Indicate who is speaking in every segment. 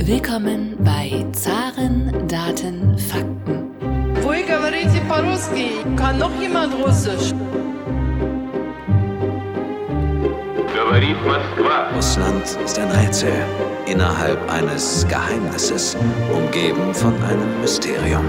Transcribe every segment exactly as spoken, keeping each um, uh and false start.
Speaker 1: Willkommen bei Zaren, Daten, Fakten.
Speaker 2: Вы говорите по-русски? Kann noch jemand Russisch?
Speaker 3: Говорит Москва.
Speaker 4: Russland ist ein Rätsel innerhalb eines Geheimnisses, umgeben von einem Mysterium.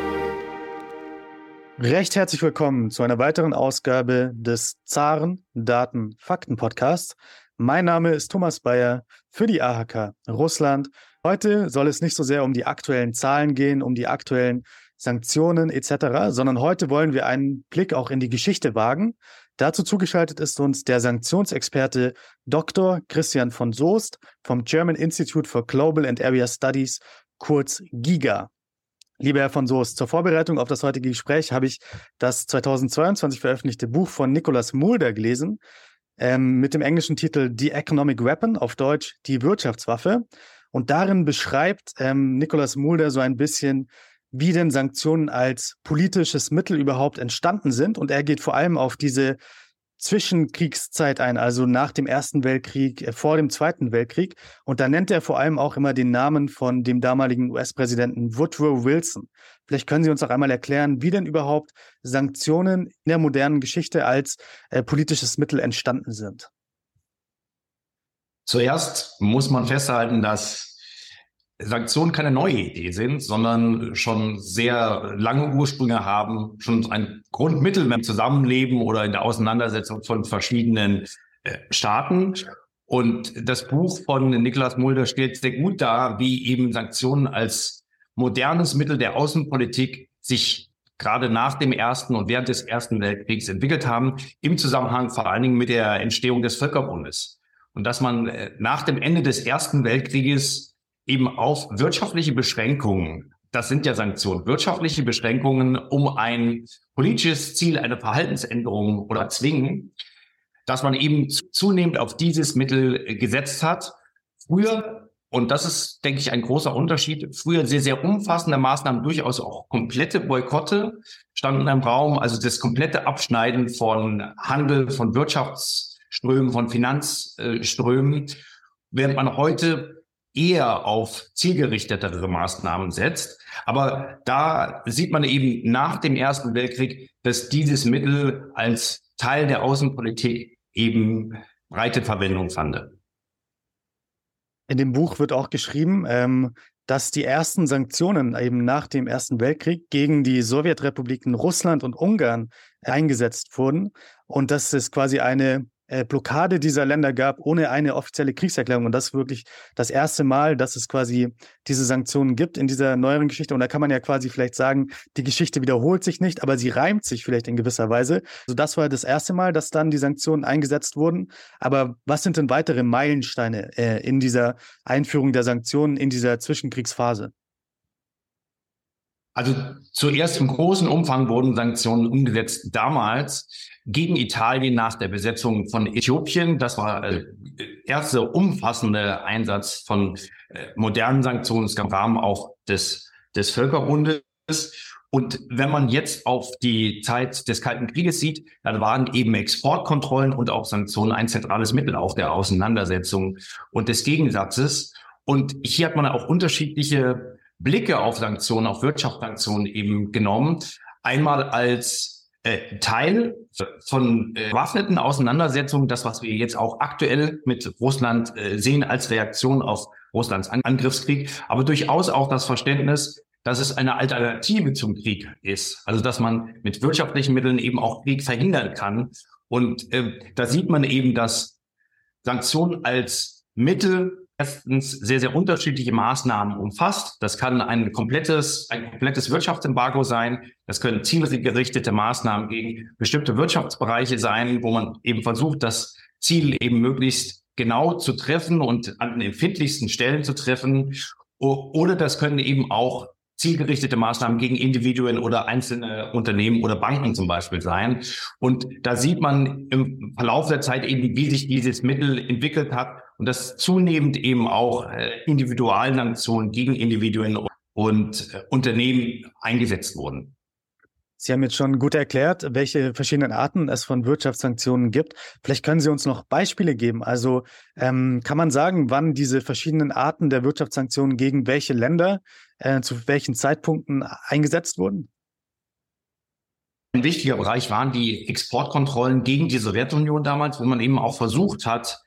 Speaker 5: Recht herzlich willkommen zu einer weiteren Ausgabe des Zaren, Daten, Fakten Podcasts. Mein Name ist Thomas Bayer für die A H K Russland. Heute soll es nicht so sehr um die aktuellen Zahlen gehen, um die aktuellen Sanktionen et cetera, sondern heute wollen wir einen Blick auch in die Geschichte wagen. Dazu zugeschaltet ist uns der Sanktionsexperte Doktor Christian von Soest vom German Institute for Global and Area Studies, kurz GIGA. Lieber Herr von Soest, zur Vorbereitung auf das heutige Gespräch habe ich das zweitausendzweiundzwanzig veröffentlichte Buch von Nicholas Mulder gelesen, ähm, mit dem englischen Titel The Economic Weapon, auf Deutsch Die Wirtschaftswaffe. Und darin beschreibt ähm, Nicholas Mulder so ein bisschen, wie denn Sanktionen als politisches Mittel überhaupt entstanden sind. Und er geht vor allem auf diese Zwischenkriegszeit ein, also nach dem Ersten Weltkrieg, äh, vor dem Zweiten Weltkrieg. Und da nennt er vor allem auch immer den Namen von dem damaligen U S-Präsidenten Woodrow Wilson. Vielleicht können Sie uns auch einmal erklären, wie denn überhaupt Sanktionen in der modernen Geschichte als äh, politisches Mittel entstanden sind.
Speaker 6: Zuerst muss man festhalten, dass Sanktionen keine neue Idee sind, sondern schon sehr lange Ursprünge haben, schon ein Grundmittel im Zusammenleben oder in der Auseinandersetzung von verschiedenen äh, Staaten. Und das Buch von Nicholas Mulder stellt sehr gut dar, wie eben Sanktionen als modernes Mittel der Außenpolitik sich gerade nach dem Ersten und während des Ersten Weltkriegs entwickelt haben, im Zusammenhang vor allen Dingen mit der Entstehung des Völkerbundes. Und dass man äh, nach dem Ende des Ersten Weltkrieges eben auf wirtschaftliche Beschränkungen, das sind ja Sanktionen, wirtschaftliche Beschränkungen, um ein politisches Ziel, eine Verhaltensänderung oder zwingen, dass man eben zunehmend auf dieses Mittel gesetzt hat. Früher, und das ist, denke ich, ein großer Unterschied, früher sehr, sehr umfassende Maßnahmen, durchaus auch komplette Boykotte standen im Raum, also das komplette Abschneiden von Handel, von Wirtschaftsströmen, von Finanzströmen, während man heute eher auf zielgerichtetere Maßnahmen setzt. Aber da sieht man eben nach dem Ersten Weltkrieg, dass dieses Mittel als Teil der Außenpolitik eben breite Verwendung fand.
Speaker 5: In dem Buch wird auch geschrieben, ähm, dass die ersten Sanktionen eben nach dem Ersten Weltkrieg gegen die Sowjetrepubliken Russland und Ungarn eingesetzt wurden und dass es quasi eine äh, Blockade dieser Länder gab ohne eine offizielle Kriegserklärung. Und das ist wirklich das erste Mal, dass es quasi diese Sanktionen gibt in dieser neueren Geschichte. Und da kann man ja quasi vielleicht sagen, die Geschichte wiederholt sich nicht, aber sie reimt sich vielleicht in gewisser Weise. Also das war das erste Mal, dass dann die Sanktionen eingesetzt wurden. Aber was sind denn weitere Meilensteine äh, in dieser Einführung der Sanktionen in dieser Zwischenkriegsphase?
Speaker 6: Also zuerst im großen Umfang wurden Sanktionen umgesetzt damals gegen Italien nach der Besetzung von Äthiopien. Das war der erste umfassende Einsatz von äh, modernen Sanktionen. Es gab im Rahmen auch des, des Völkerbundes. Und wenn man jetzt auf die Zeit des Kalten Krieges sieht, dann waren eben Exportkontrollen und auch Sanktionen ein zentrales Mittel auch der Auseinandersetzung und des Gegensatzes. Und hier hat man auch unterschiedliche Blicke auf Sanktionen, auf Wirtschaftssanktionen eben genommen. Einmal als äh, Teil von äh, bewaffneten Auseinandersetzungen, das, was wir jetzt auch aktuell mit Russland äh, sehen als Reaktion auf Russlands An- Angriffskrieg, aber durchaus auch das Verständnis, dass es eine Alternative zum Krieg ist. Also dass man mit wirtschaftlichen Mitteln eben auch Krieg verhindern kann. Und äh, da sieht man eben, dass Sanktionen als Mittel erstens sehr, sehr unterschiedliche Maßnahmen umfasst. Das kann ein komplettes, ein komplettes Wirtschaftsembargo sein. Das können zielgerichtete Maßnahmen gegen bestimmte Wirtschaftsbereiche sein, wo man eben versucht, das Ziel eben möglichst genau zu treffen und an den empfindlichsten Stellen zu treffen. Oder das können eben auch zielgerichtete Maßnahmen gegen Individuen oder einzelne Unternehmen oder Banken zum Beispiel sein. Und da sieht man im Verlauf der Zeit eben, wie sich dieses Mittel entwickelt hat und dass zunehmend eben auch Individualsanktionen gegen Individuen und Unternehmen eingesetzt wurden.
Speaker 5: Sie haben jetzt schon gut erklärt, welche verschiedenen Arten es von Wirtschaftssanktionen gibt. Vielleicht können Sie uns noch Beispiele geben. Also ähm, kann man sagen, wann diese verschiedenen Arten der Wirtschaftssanktionen gegen welche Länder äh, zu welchen Zeitpunkten eingesetzt wurden?
Speaker 6: Ein wichtiger Bereich waren die Exportkontrollen gegen die Sowjetunion damals, wo man eben auch versucht hat,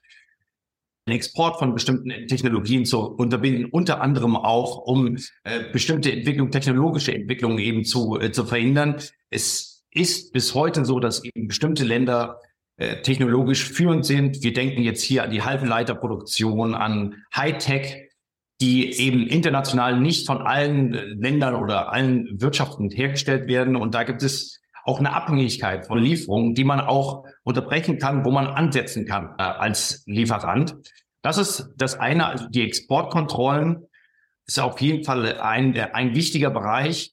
Speaker 6: den Export von bestimmten Technologien zu unterbinden, unter anderem auch, um äh, bestimmte Entwicklung, technologische Entwicklungen eben zu, äh, zu verhindern. Es ist bis heute so, dass eben bestimmte Länder äh, technologisch führend sind. Wir denken jetzt hier an die Halbleiterproduktion, an Hightech, die eben international nicht von allen Ländern oder allen Wirtschaften hergestellt werden. Und da gibt es auch eine Abhängigkeit von Lieferungen, die man auch unterbrechen kann, wo man ansetzen kann äh, als Lieferant. Das ist das eine, also die Exportkontrollen ist auf jeden Fall ein, ein wichtiger Bereich.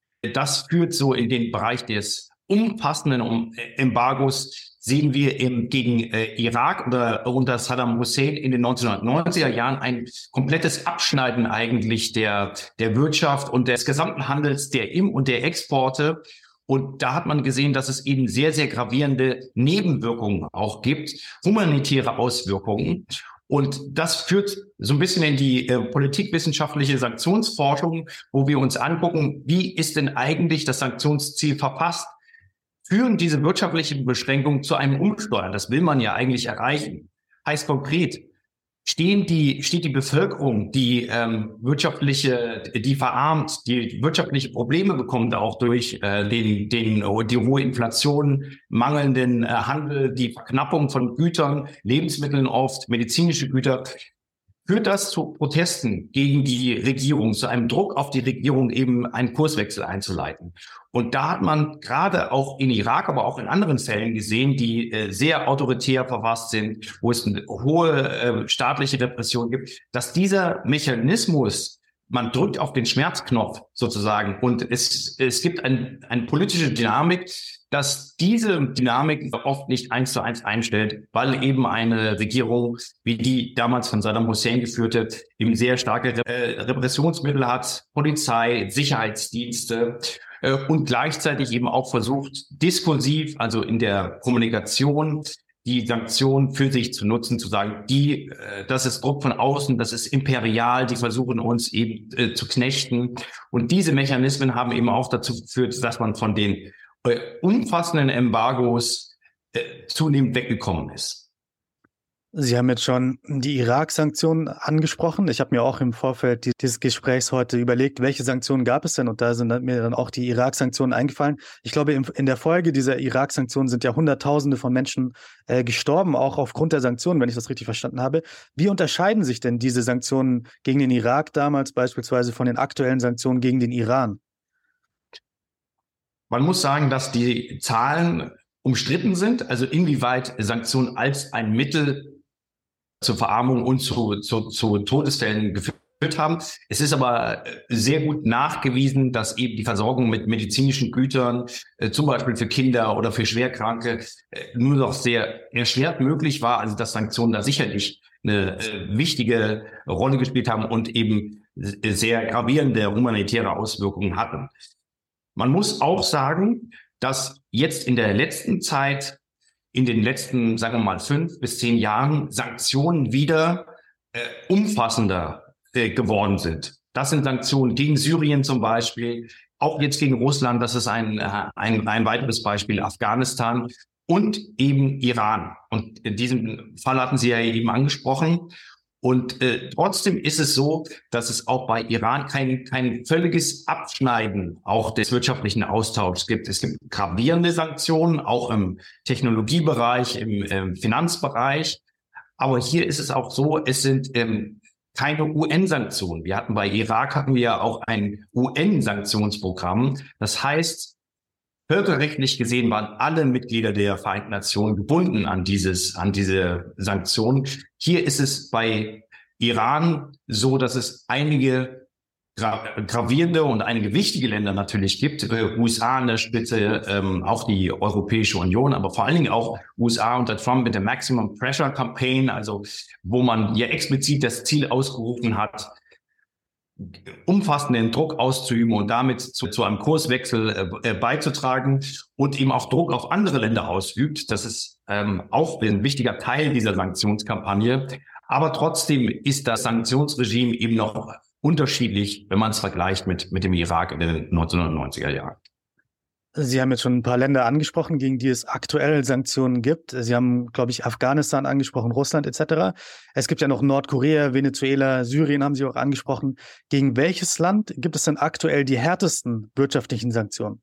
Speaker 6: Das führt so in den Bereich des umfassenden Embargos, sehen wir eben gegen äh, Irak oder unter Saddam Hussein in den neunzehnhundertneunziger Jahren ein komplettes Abschneiden eigentlich der, der Wirtschaft und des gesamten Handels, der Im- und der Exporte. Und da hat man gesehen, dass es eben sehr, sehr gravierende Nebenwirkungen auch gibt, humanitäre Auswirkungen. Und das führt so ein bisschen in die äh, politikwissenschaftliche Sanktionsforschung, wo wir uns angucken, wie ist denn eigentlich das Sanktionsziel verfasst? Führen diese wirtschaftlichen Beschränkungen zu einem Umsteuern? Das will man ja eigentlich erreichen. Heißt konkret, stehen die, steht die Bevölkerung, die ähm, wirtschaftliche, die verarmt, die wirtschaftliche Probleme bekommt, auch durch äh, den, den, die hohe Inflation, mangelnden äh, Handel, die Verknappung von Gütern, Lebensmitteln oft, medizinische Güter, führt das zu Protesten gegen die Regierung, zu einem Druck auf die Regierung, eben einen Kurswechsel einzuleiten. Und da hat man gerade auch in Irak, aber auch in anderen Fällen gesehen, die äh, sehr autoritär verfasst sind, wo es eine hohe äh, staatliche Repression gibt, dass dieser Mechanismus, man drückt auf den Schmerzknopf sozusagen und es, es gibt ein, eine politische Dynamik, dass diese Dynamik oft nicht eins zu eins einstellt, weil eben eine Regierung, wie die damals von Saddam Hussein geführte, eben sehr starke äh, Repressionsmittel hat, Polizei, Sicherheitsdienste äh, und gleichzeitig eben auch versucht, diskursiv, also in der Kommunikation, die Sanktionen für sich zu nutzen, zu sagen, die, äh, das ist Druck von außen, das ist imperial, die versuchen uns eben äh, zu knechten. Und diese Mechanismen haben eben auch dazu geführt, dass man von den äh, umfassenden Embargos äh, zunehmend weggekommen ist.
Speaker 5: Sie haben jetzt schon die Irak-Sanktionen angesprochen. Ich habe mir auch im Vorfeld dieses Gesprächs heute überlegt, welche Sanktionen gab es denn? Und da sind mir dann auch die Irak-Sanktionen eingefallen. Ich glaube, in der Folge dieser Irak-Sanktionen sind ja Hunderttausende von Menschen äh, gestorben, auch aufgrund der Sanktionen, wenn ich das richtig verstanden habe. Wie unterscheiden sich denn diese Sanktionen gegen den Irak damals beispielsweise von den aktuellen Sanktionen gegen den Iran?
Speaker 6: Man muss sagen, dass die Zahlen umstritten sind, also inwieweit Sanktionen als ein Mittel zur Verarmung und zu, zu, zu Todesfällen geführt haben. Es ist aber sehr gut nachgewiesen, dass eben die Versorgung mit medizinischen Gütern, äh, zum Beispiel für Kinder oder für Schwerkranke, äh, nur noch sehr erschwert möglich war. Also dass Sanktionen da sicherlich eine äh, wichtige Rolle gespielt haben und eben sehr gravierende humanitäre Auswirkungen hatten. Man muss auch sagen, dass jetzt in der letzten Zeit, in den letzten, sagen wir mal, fünf bis zehn Jahren Sanktionen wieder äh, umfassender äh, geworden sind. Das sind Sanktionen gegen Syrien zum Beispiel, auch jetzt gegen Russland, das ist ein, äh, ein, ein weiteres Beispiel, Afghanistan und eben Iran. Und in diesem Fall hatten Sie ja eben angesprochen. Und äh, trotzdem ist es so, dass es auch bei Iran kein, kein völliges Abschneiden auch des wirtschaftlichen Austauschs gibt. Es gibt gravierende Sanktionen, auch im Technologiebereich, im, im Finanzbereich. Aber hier ist es auch so, es sind ähm, keine U N-Sanktionen. Wir hatten bei Irak hatten wir ja auch ein U N-Sanktionsprogramm. Das heißt, völkerrechtlich gesehen waren alle Mitglieder der Vereinten Nationen gebunden an dieses, an diese Sanktionen. Hier ist es bei Iran so, dass es einige gra- gravierende und einige wichtige Länder natürlich gibt. Äh, U S A an der Spitze, ähm, auch die Europäische Union, aber vor allen Dingen auch U S A unter Trump mit der Maximum Pressure Campaign, also wo man ja explizit das Ziel ausgerufen hat, umfassenden Druck auszuüben und damit zu, zu einem Kurswechsel äh, beizutragen und eben auch Druck auf andere Länder ausübt. Das ist ähm, auch ein wichtiger Teil dieser Sanktionskampagne. Aber trotzdem ist das Sanktionsregime eben noch unterschiedlich, wenn man es vergleicht mit, mit dem Irak in den neunzehnhundertneunziger Jahren.
Speaker 5: Sie haben jetzt schon ein paar Länder angesprochen, gegen die es aktuell Sanktionen gibt. Sie haben, glaube ich, Afghanistan angesprochen, Russland et cetera. Es gibt ja noch Nordkorea, Venezuela, Syrien haben Sie auch angesprochen. Gegen welches Land gibt es denn aktuell die härtesten wirtschaftlichen Sanktionen?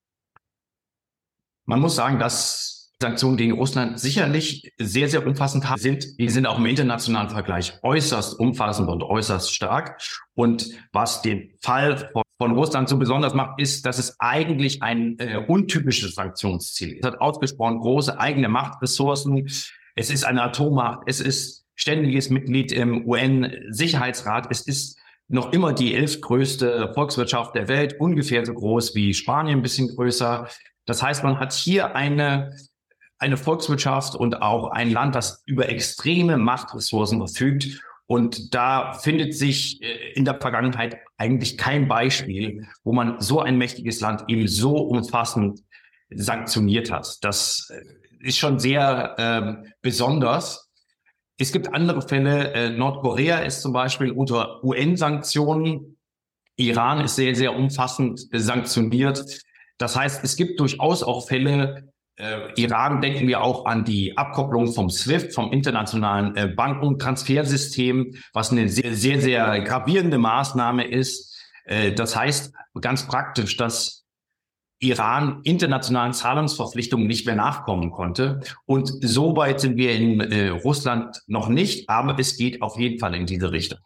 Speaker 6: Man muss sagen, dass Sanktionen gegen Russland sicherlich sehr, sehr umfassend sind. Die sind auch im internationalen Vergleich äußerst umfassend und äußerst stark. Und was den Fall von von Russland so besonders macht, ist, dass es eigentlich ein äh, untypisches Sanktionsziel ist. Es hat ausgesprochen große eigene Machtressourcen. Es ist eine Atommacht. Es ist ständiges Mitglied im U N-Sicherheitsrat. Es ist noch immer die elftgrößte Volkswirtschaft der Welt, ungefähr so groß wie Spanien, ein bisschen größer. Das heißt, man hat hier eine, eine Volkswirtschaft und auch ein Land, das über extreme Machtressourcen verfügt. Und da findet sich in der Vergangenheit eigentlich kein Beispiel, wo man so ein mächtiges Land eben so umfassend sanktioniert hat. Das ist schon sehr äh, besonders. Es gibt andere Fälle. Äh, Nordkorea ist zum Beispiel unter U N-Sanktionen. Iran ist sehr, sehr umfassend sanktioniert. Das heißt, es gibt durchaus auch Fälle. Äh, Iran denken wir auch an die Abkopplung vom SWIFT, vom internationalen äh, Bankentransfersystem, was eine sehr, sehr, sehr gravierende Maßnahme ist. Äh, das heißt ganz praktisch, dass Iran internationalen Zahlungsverpflichtungen nicht mehr nachkommen konnte. Und so weit sind wir in äh, Russland noch nicht, aber es geht auf jeden Fall in diese Richtung.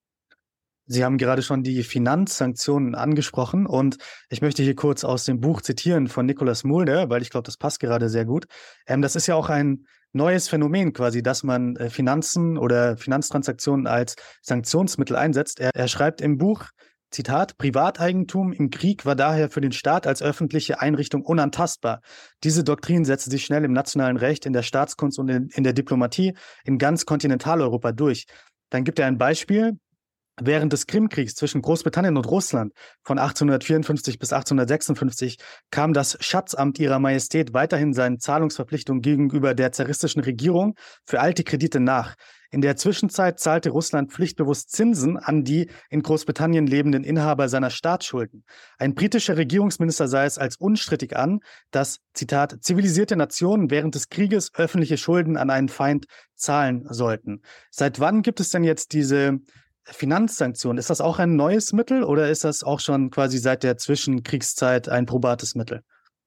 Speaker 5: Sie haben gerade schon die Finanzsanktionen angesprochen und ich möchte hier kurz aus dem Buch zitieren von Nicolas Mulder, weil ich glaube, das passt gerade sehr gut. Ähm, das ist ja auch ein neues Phänomen quasi, dass man äh, Finanzen oder Finanztransaktionen als Sanktionsmittel einsetzt. Er, er schreibt im Buch, Zitat, Privateigentum im Krieg war daher für den Staat als öffentliche Einrichtung unantastbar. Diese Doktrin setzte sich schnell im nationalen Recht, in der Staatskunst und in, in der Diplomatie in ganz Kontinentaleuropa durch. Dann gibt er ein Beispiel. Während des Krimkriegs zwischen Großbritannien und Russland von achtzehnhundertvierundfünfzig bis achtzehnhundertsechsundfünfzig kam das Schatzamt ihrer Majestät weiterhin seinen Zahlungsverpflichtungen gegenüber der zaristischen Regierung für alte Kredite nach. In der Zwischenzeit zahlte Russland pflichtbewusst Zinsen an die in Großbritannien lebenden Inhaber seiner Staatsschulden. Ein britischer Regierungsminister sah es als unstrittig an, dass, Zitat, zivilisierte Nationen während des Krieges öffentliche Schulden an einen Feind zahlen sollten. Seit wann gibt es denn jetzt diese Finanzsanktionen? Ist das auch ein neues Mittel oder ist das auch schon quasi seit der Zwischenkriegszeit ein probates Mittel?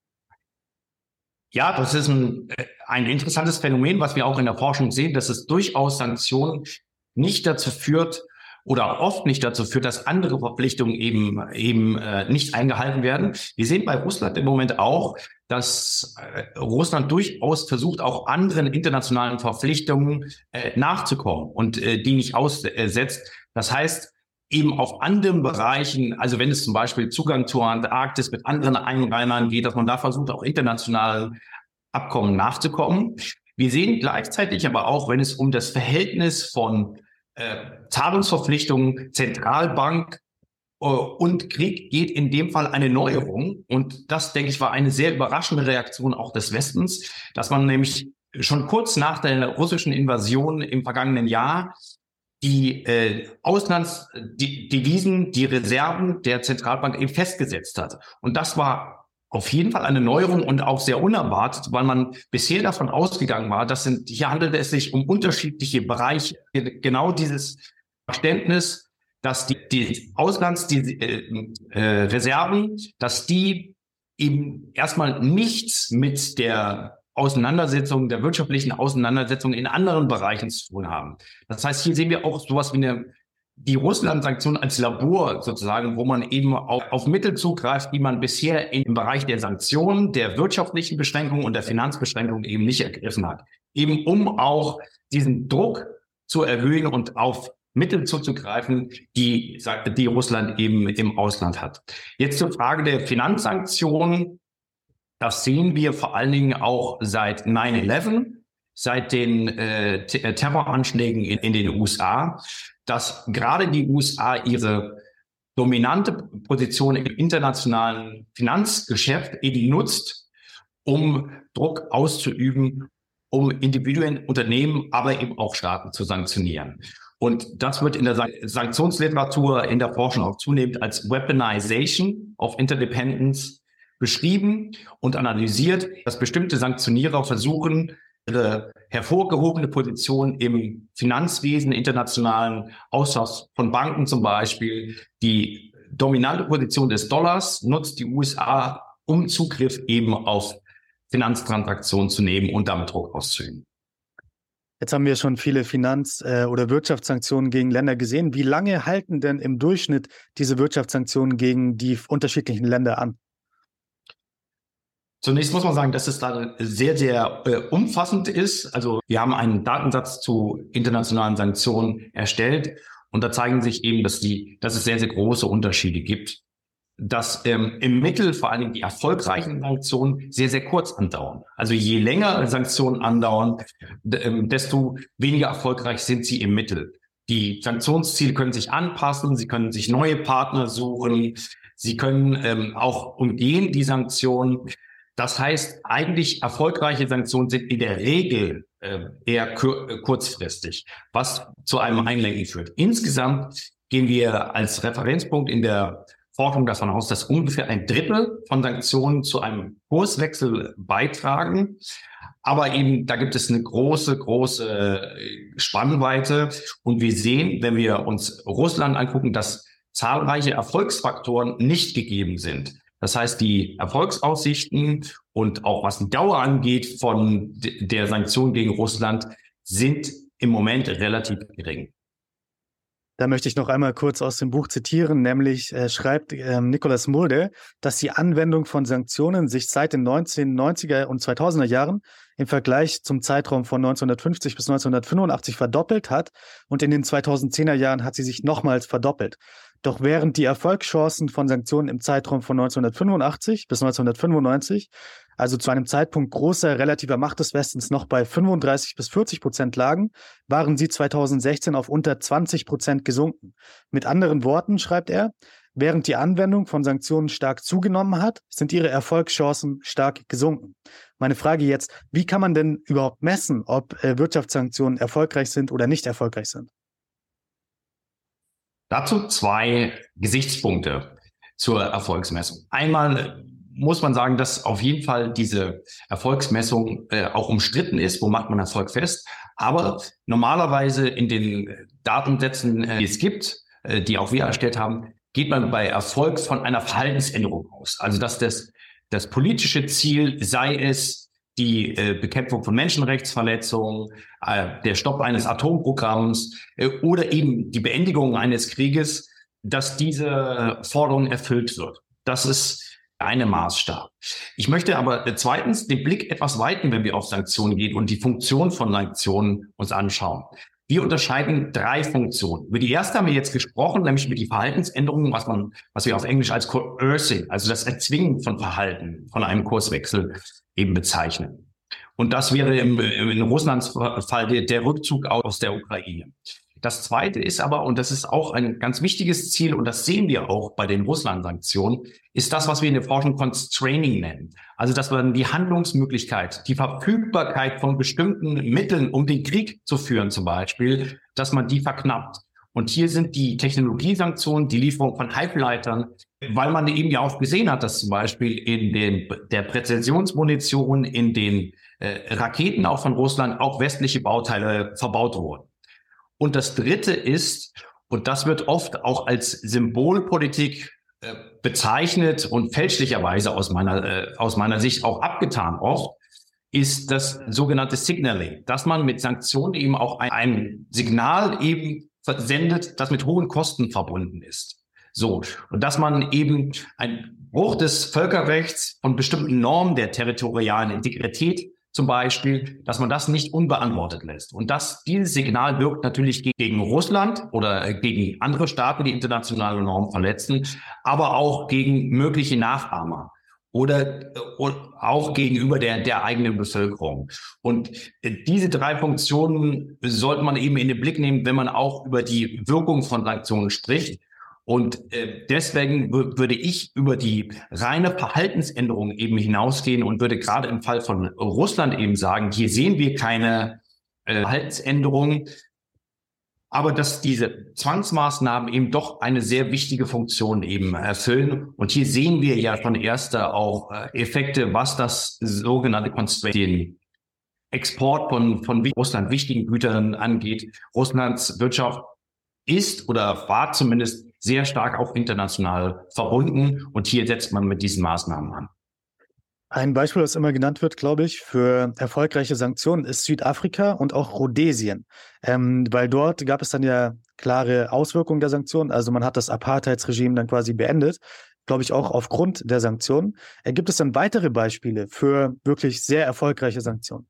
Speaker 6: Ja, das ist ein, ein interessantes Phänomen, was wir auch in der Forschung sehen, dass es durchaus Sanktionen nicht dazu führt oder oft nicht dazu führt, dass andere Verpflichtungen eben eben äh, nicht eingehalten werden. Wir sehen bei Russland im Moment auch, dass äh, Russland durchaus versucht, auch anderen internationalen Verpflichtungen äh, nachzukommen und äh, die nicht aussetzt. Das heißt, eben auf anderen Bereichen, also wenn es zum Beispiel Zugang zur Antarktis mit anderen Einreinern geht, dass man da versucht, auch internationalen Abkommen nachzukommen. Wir sehen gleichzeitig aber auch, wenn es um das Verhältnis von äh, Zahlungsverpflichtungen, Zentralbank äh, und Krieg geht, in dem Fall eine Neuerung. Und das, denke ich, war eine sehr überraschende Reaktion auch des Westens, dass man nämlich schon kurz nach der russischen Invasion im vergangenen Jahr die äh, Auslandsdevisen, die Reserven der Zentralbank eben festgesetzt hat. Und das war auf jeden Fall eine Neuerung und auch sehr unerwartet, weil man bisher davon ausgegangen war, dass sind, hier handelt es sich um unterschiedliche Bereiche. Genau dieses Verständnis, dass die, die Auslandsreserven, äh, Reserven, dass die eben erstmal nichts mit der Auseinandersetzungen, der wirtschaftlichen Auseinandersetzungen in anderen Bereichen zu tun haben. Das heißt, hier sehen wir auch sowas wie eine, die Russland-Sanktionen als Labor sozusagen, wo man eben auch auf Mittel zugreift, die man bisher im Bereich der Sanktionen, der wirtschaftlichen Beschränkungen und der Finanzbeschränkungen eben nicht ergriffen hat. Eben um auch diesen Druck zu erhöhen und auf Mittel zuzugreifen, die, die Russland eben im Ausland hat. Jetzt zur Frage der Finanzsanktionen. Das sehen wir vor allen Dingen auch seit nine eleven, seit den äh, Terroranschlägen in, in den U S A, dass gerade die U S A ihre dominante Position im internationalen Finanzgeschäft eben nutzt, um Druck auszuüben, um Individuen, Unternehmen, aber eben auch Staaten zu sanktionieren. Und das wird in der Sanktionsliteratur, in der Forschung auch zunehmend als Weaponization of Interdependence beschrieben und analysiert, dass bestimmte Sanktionierer versuchen, ihre hervorgehobene Position im Finanzwesen, internationalen Austausch von Banken zum Beispiel, die dominante Position des Dollars nutzt die U S A, um Zugriff eben auf Finanztransaktionen zu nehmen und damit Druck auszuüben.
Speaker 5: Jetzt haben wir schon viele Finanz- äh, oder Wirtschaftssanktionen gegen Länder gesehen. Wie lange halten denn im Durchschnitt diese Wirtschaftssanktionen gegen die unterschiedlichen Länder an?
Speaker 6: Zunächst muss man sagen, dass es da sehr, sehr äh, umfassend ist. Also wir haben einen Datensatz zu internationalen Sanktionen erstellt und da zeigen sich eben, dass, die, dass es sehr, sehr große Unterschiede gibt. Dass ähm, im Mittel vor allen Dingen die erfolgreichen Sanktionen sehr, sehr kurz andauern. Also je länger Sanktionen andauern, d- ähm, desto weniger erfolgreich sind sie im Mittel. Die Sanktionsziele können sich anpassen, sie können sich neue Partner suchen, sie können ähm, auch umgehen die Sanktionen. Das heißt, eigentlich erfolgreiche Sanktionen sind in der Regel äh, eher kur- äh, kurzfristig, was zu einem Einlenken führt. Insgesamt gehen wir als Referenzpunkt in der Forschung davon aus, dass ungefähr ein Drittel von Sanktionen zu einem Kurswechsel beitragen. Aber eben, da gibt es eine große, große Spannweite. Und wir sehen, wenn wir uns Russland angucken, dass zahlreiche Erfolgsfaktoren nicht gegeben sind. Das heißt, die Erfolgsaussichten und auch was die Dauer angeht von der Sanktionen gegen Russland sind im Moment relativ gering.
Speaker 5: Da möchte ich noch einmal kurz aus dem Buch zitieren, nämlich äh, schreibt äh, Nicholas Mulder, dass die Anwendung von Sanktionen sich seit den neunzehnhundertneunziger und zweitausender Jahren im Vergleich zum Zeitraum von neunzehnhundertfünfzig bis neunzehnhundertfünfundachtzig verdoppelt hat und in den zweitausendzehner Jahren hat sie sich nochmals verdoppelt. Doch während die Erfolgschancen von Sanktionen im Zeitraum von neunzehnhundertfünfundachtzig bis neunzehnhundertfünfundneunzig, also zu einem Zeitpunkt großer relativer Macht des Westens, noch bei fünfunddreißig bis vierzig Prozent lagen, waren sie zweitausendsechzehn auf unter zwanzig Prozent gesunken. Mit anderen Worten, schreibt er, während die Anwendung von Sanktionen stark zugenommen hat, sind ihre Erfolgschancen stark gesunken. Meine Frage jetzt, wie kann man denn überhaupt messen, ob äh, Wirtschaftssanktionen erfolgreich sind oder nicht erfolgreich sind?
Speaker 6: Dazu zwei Gesichtspunkte zur Erfolgsmessung. Einmal muss man sagen, dass auf jeden Fall diese Erfolgsmessung äh, auch umstritten ist. Wo macht man Erfolg fest? Aber normalerweise in den Datensätzen, äh, die es gibt, äh, die auch wir erstellt haben, geht man bei Erfolg von einer Verhaltensänderung aus. Also dass das, das politische Ziel sei es, die äh, Bekämpfung von Menschenrechtsverletzungen, äh, der Stopp eines Atomprogramms äh, oder eben die Beendigung eines Krieges, dass diese Forderung erfüllt wird. Das ist eine Maßstab. Ich möchte aber äh, zweitens den Blick etwas weiten, wenn wir auf Sanktionen gehen und die Funktion von Sanktionen uns anschauen. Wir unterscheiden drei Funktionen. Über die erste haben wir jetzt gesprochen, nämlich über die Verhaltensänderungen, was man, was wir auf Englisch als Coercing, also das Erzwingen von Verhalten, von einem Kurswechsel eben bezeichnen. Und das wäre im, in Russlands Fall der, der Rückzug aus der Ukraine. Das zweite ist aber, und das ist auch ein ganz wichtiges Ziel, und das sehen wir auch bei den Russland-Sanktionen, ist das, was wir in der Forschung Constraining nennen. Also, dass man die Handlungsmöglichkeit, die Verfügbarkeit von bestimmten Mitteln, um den Krieg zu führen zum Beispiel, dass man die verknappt. Und hier sind die Technologiesanktionen, die Lieferung von Halbleitern, weil man eben ja auch gesehen hat, dass zum Beispiel in den, der Präzisionsmunition, in den äh, Raketen auch von Russland auch westliche Bauteile verbaut wurden. Und das Dritte ist, und das wird oft auch als Symbolpolitik äh, bezeichnet und fälschlicherweise aus meiner, äh, aus meiner Sicht auch abgetan oft, ist das sogenannte Signaling, dass man mit Sanktionen eben auch ein, ein Signal eben sendet, das mit hohen Kosten verbunden ist. So. Und dass man eben einen Bruch des Völkerrechts von bestimmten Normen der territorialen Integrität zum Beispiel, dass man das nicht unbeantwortet lässt. Und das, dieses Signal wirkt natürlich gegen Russland oder gegen andere Staaten, die internationale Normen verletzen, aber auch gegen mögliche Nachahmer oder, oder auch gegenüber der, der eigenen Bevölkerung. Und diese drei Funktionen sollte man eben in den Blick nehmen, wenn man auch über die Wirkung von Sanktionen spricht. Und äh, deswegen w- würde ich über die reine Verhaltensänderung eben hinausgehen und würde gerade im Fall von Russland eben sagen, hier sehen wir keine äh, Verhaltensänderung, aber dass diese Zwangsmaßnahmen eben doch eine sehr wichtige Funktion eben erfüllen. Und hier sehen wir ja schon erste auch äh, Effekte, was das sogenannte Constraint, den Export von, von Russland wichtigen Gütern angeht. Russlands Wirtschaft ist oder war zumindest sehr stark auch international verbunden. Und hier setzt man mit diesen Maßnahmen an.
Speaker 5: Ein Beispiel, das immer genannt wird, glaube ich, für erfolgreiche Sanktionen ist Südafrika und auch Rhodesien. Ähm, weil dort gab es dann ja klare Auswirkungen der Sanktionen. Also man hat das Apartheidsregime dann quasi beendet, glaube ich, auch aufgrund der Sanktionen. Äh, gibt es dann weitere Beispiele für wirklich sehr erfolgreiche Sanktionen?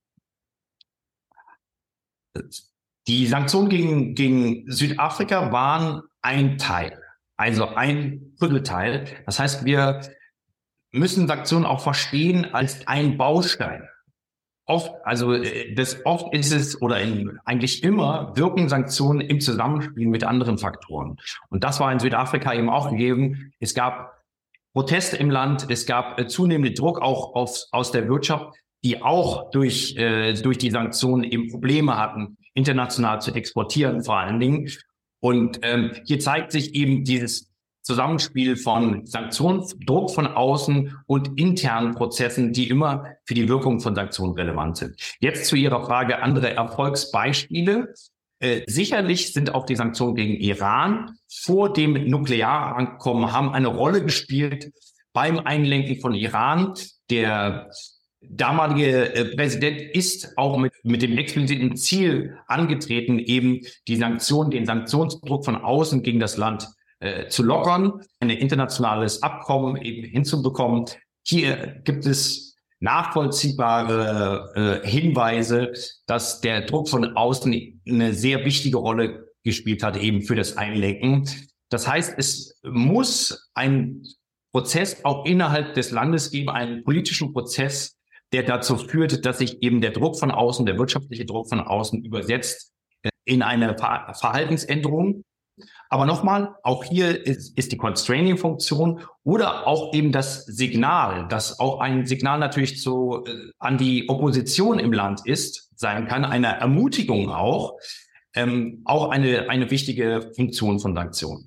Speaker 6: Die Sanktionen gegen, gegen Südafrika waren ein Teil, also ein Viertelteil. Das heißt, wir müssen Sanktionen auch verstehen als ein Baustein. Oft, also das oft ist es oder in, eigentlich immer wirken Sanktionen im Zusammenspiel mit anderen Faktoren. Und das war in Südafrika eben auch gegeben. Es gab Proteste im Land, es gab äh, zunehmenden Druck auch auf, aus der Wirtschaft, die auch durch äh, durch die Sanktionen eben Probleme hatten, international zu exportieren vor allen Dingen. Und ähm, hier zeigt sich eben dieses Zusammenspiel von Sanktionsdruck von außen und internen Prozessen, die immer für die Wirkung von Sanktionen relevant sind. Jetzt zu Ihrer Frage, andere Erfolgsbeispiele. Äh, sicherlich sind auch die Sanktionen gegen Iran vor dem Nuklearabkommen haben eine Rolle gespielt beim Einlenken von Iran. Der damalige äh, Präsident ist auch mit, mit dem expliziten Ziel angetreten, eben die Sanktionen, den Sanktionsdruck von außen gegen das Land zu lockern, ein internationales Abkommen eben hinzubekommen. Hier gibt es nachvollziehbare äh, Hinweise, dass der Druck von außen eine sehr wichtige Rolle gespielt hat, eben für das Einlenken. Das heißt, es muss einen Prozess auch innerhalb des Landes geben, einen politischen Prozess, der dazu führt, dass sich eben der Druck von außen, der wirtschaftliche Druck von außen übersetzt in eine Ver- Verhaltensänderung. Aber nochmal, auch hier ist, ist die Constraining-Funktion oder auch eben das Signal, das auch ein Signal natürlich zu, äh, an die Opposition im Land ist, sein kann, eine Ermutigung auch, ähm, auch eine, eine wichtige Funktion von Sanktionen.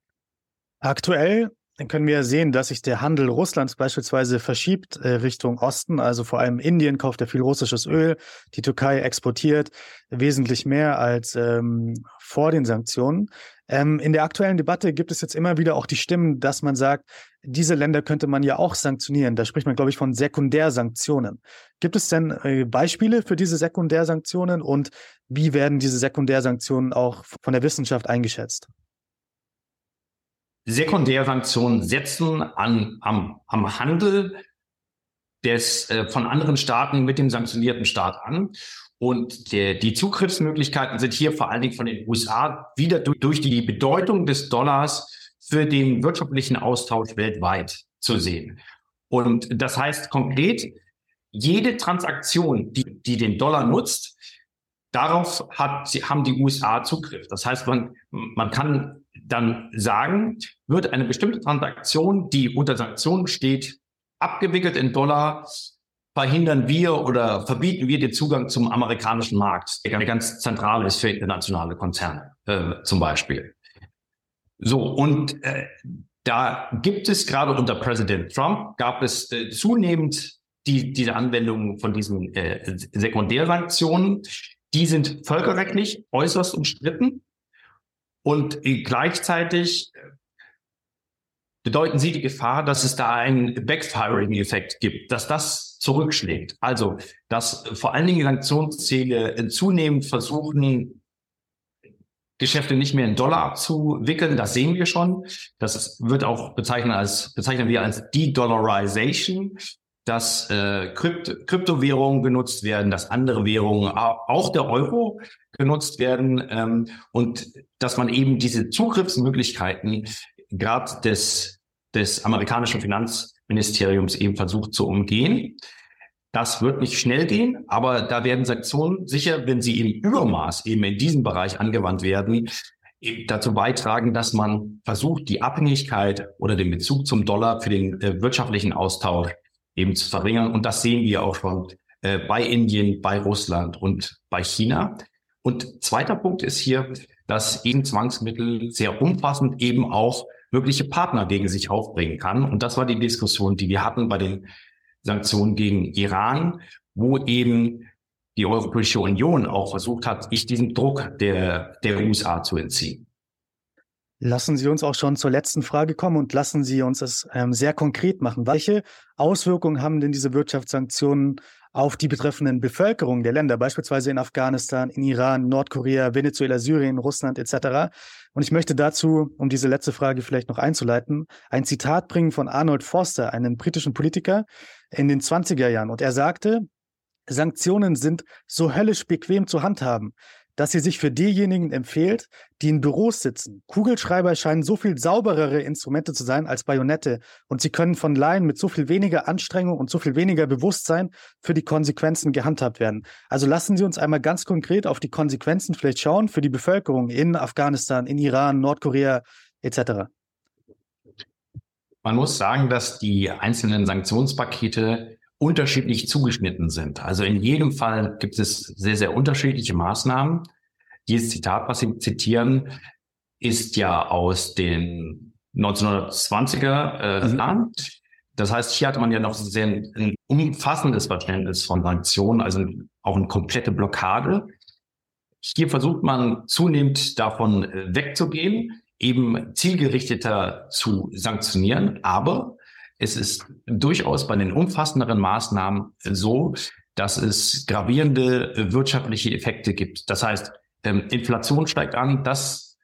Speaker 5: Aktuell können wir sehen, dass sich der Handel Russlands beispielsweise verschiebt äh, Richtung Osten. Also vor allem Indien kauft ja viel russisches Öl. Die Türkei exportiert wesentlich mehr als ähm, vor den Sanktionen. Ähm, in der aktuellen Debatte gibt es jetzt immer wieder auch die Stimmen, dass man sagt, diese Länder könnte man ja auch sanktionieren. Da spricht man, glaube ich, von Sekundärsanktionen. Gibt es denn äh, Beispiele für diese Sekundärsanktionen und wie werden diese Sekundärsanktionen auch von der Wissenschaft eingeschätzt?
Speaker 6: Sekundärsanktionen setzen an, am, am Handel des, äh, von anderen Staaten mit dem sanktionierten Staat an. Und der, die Zugriffsmöglichkeiten sind hier vor allen Dingen von den U S A wieder durch, durch die Bedeutung des Dollars für den wirtschaftlichen Austausch weltweit zu sehen. Und das heißt konkret, jede Transaktion, die, die den Dollar nutzt, darauf hat, haben die U S A Zugriff. Das heißt, man, man kann dann sagen, wird eine bestimmte Transaktion, die unter Sanktionen steht, abgewickelt in Dollar, verhindern wir oder verbieten wir den Zugang zum amerikanischen Markt, der ganz zentral ist für internationale Konzerne äh, zum Beispiel. So, und äh, da gibt es gerade unter Präsident Trump, gab es äh, zunehmend die, diese Anwendung von diesen äh, Sekundärsanktionen. Die sind völkerrechtlich äußerst umstritten. Und gleichzeitig bedeuten sie die Gefahr, dass es da einen Backfiring-Effekt gibt, dass das zurückschlägt. Also, dass vor allen Dingen Sanktionsziele zunehmend versuchen, Geschäfte nicht mehr in Dollar abzuwickeln. Das sehen wir schon. Das wird auch bezeichnet als, bezeichnen wir als De-Dollarization, dass äh, Krypt- Kryptowährungen genutzt werden, dass andere Währungen, auch der Euro, genutzt werden ähm, und dass man eben diese Zugriffsmöglichkeiten gerade des, des amerikanischen Finanzministeriums eben versucht zu umgehen. Das wird nicht schnell gehen, aber da werden Sanktionen sicher, wenn sie im Übermaß eben in diesem Bereich angewandt werden, dazu beitragen, dass man versucht, die Abhängigkeit oder den Bezug zum Dollar für den äh, wirtschaftlichen Austausch eben zu verringern. Und das sehen wir auch schon äh, bei Indien, bei Russland und bei China. Und zweiter Punkt ist hier, dass eben Zwangsmittel sehr umfassend eben auch mögliche Partner gegen sich aufbringen kann. Und das war die Diskussion, die wir hatten bei den Sanktionen gegen Iran, wo eben die Europäische Union auch versucht hat, sich diesem Druck der, der U S A zu entziehen.
Speaker 5: Lassen Sie uns auch schon zur letzten Frage kommen und lassen Sie uns das ähm, sehr konkret machen. Welche Auswirkungen haben denn diese Wirtschaftssanktionen auf die betreffenden Bevölkerungen der Länder, beispielsweise in Afghanistan, in Iran, Nordkorea, Venezuela, Syrien, Russland et cetera? Und ich möchte dazu, um diese letzte Frage vielleicht noch einzuleiten, ein Zitat bringen von Arnold Foster, einem britischen Politiker in den zwanziger Jahren. Und er sagte, Sanktionen sind so höllisch bequem zu handhaben, dass sie sich für diejenigen empfiehlt, die in Büros sitzen. Kugelschreiber scheinen so viel sauberere Instrumente zu sein als Bajonette und sie können von Laien mit so viel weniger Anstrengung und so viel weniger Bewusstsein für die Konsequenzen gehandhabt werden. Also lassen Sie uns einmal ganz konkret auf die Konsequenzen vielleicht schauen für die Bevölkerung in Afghanistan, in Iran, Nordkorea et cetera.
Speaker 6: Man muss sagen, dass die einzelnen Sanktionspakete unterschiedlich zugeschnitten sind. Also in jedem Fall gibt es sehr, sehr unterschiedliche Maßnahmen. Dieses Zitat, was Sie zitieren, ist ja aus den neunzehnhundertzwanziger Jahren. Äh, das heißt, hier hatte man ja noch sehr ein, ein umfassendes Verständnis von Sanktionen, also auch eine komplette Blockade. Hier versucht man zunehmend davon wegzugehen, eben zielgerichteter zu sanktionieren, aber es ist durchaus bei den umfassenderen Maßnahmen so, dass es gravierende wirtschaftliche Effekte gibt. Das heißt, Inflation steigt an. Das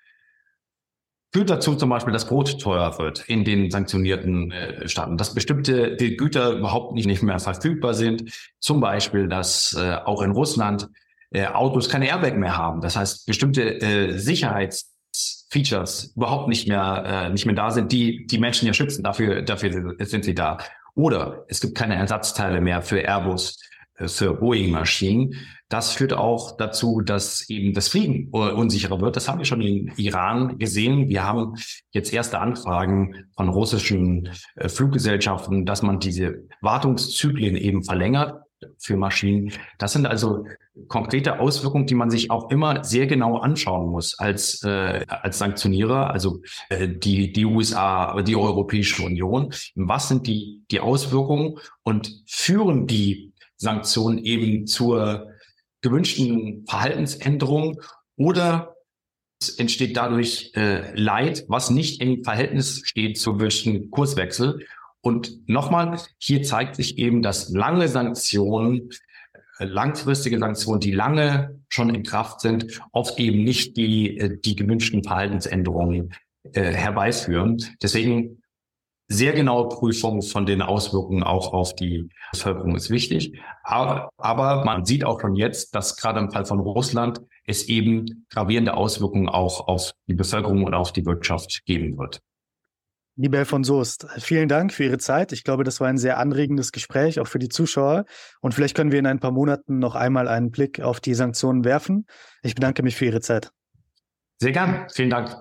Speaker 6: führt dazu zum Beispiel, dass Brot teurer wird in den sanktionierten Staaten, dass bestimmte Güter überhaupt nicht, nicht mehr verfügbar sind. Zum Beispiel, dass auch in Russland Autos keine Airbag mehr haben. Das heißt, bestimmte Sicherheits Features überhaupt nicht mehr äh, nicht mehr da sind, die die Menschen ja schützen. Dafür dafür sind sie da. Oder es gibt keine Ersatzteile mehr für Airbus, äh, für Boeing-Maschinen. Das führt auch dazu, dass eben das Fliegen unsicherer wird. Das haben wir schon in Iran gesehen. Wir haben jetzt erste Anfragen von russischen äh, Fluggesellschaften, dass man diese Wartungszyklen eben verlängert für Maschinen. Das sind also konkrete Auswirkungen, die man sich auch immer sehr genau anschauen muss als äh, als Sanktionierer, also äh, die die U S A, die Europäische Union. Was sind die die Auswirkungen und führen die Sanktionen eben zur gewünschten Verhaltensänderung oder es entsteht dadurch äh, Leid, was nicht im Verhältnis steht zum gewünschten Kurswechsel? Und nochmal, hier zeigt sich eben, dass lange Sanktionen, langfristige Sanktionen, die lange schon in Kraft sind, oft eben nicht die die gewünschten Verhaltensänderungen äh, herbeiführen. Deswegen sehr genaue Prüfung von den Auswirkungen auch auf die Bevölkerung ist wichtig. Aber, aber man sieht auch schon jetzt, dass gerade im Fall von Russland es eben gravierende Auswirkungen auch auf die Bevölkerung und auf die Wirtschaft geben wird.
Speaker 5: Lieber Herr von Soest, vielen Dank für Ihre Zeit. Ich glaube, das war ein sehr anregendes Gespräch, auch für die Zuschauer. Und vielleicht können wir in ein paar Monaten noch einmal einen Blick auf die Sanktionen werfen. Ich bedanke mich für Ihre Zeit.
Speaker 6: Sehr gern. Vielen Dank.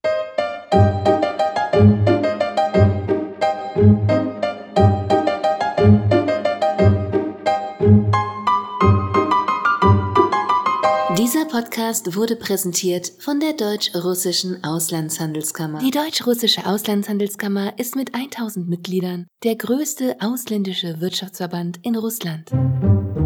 Speaker 1: Dieser Podcast wurde präsentiert von der Deutsch-Russischen Auslandshandelskammer. Die Deutsch-Russische Auslandshandelskammer ist mit tausend Mitgliedern der größte ausländische Wirtschaftsverband in Russland.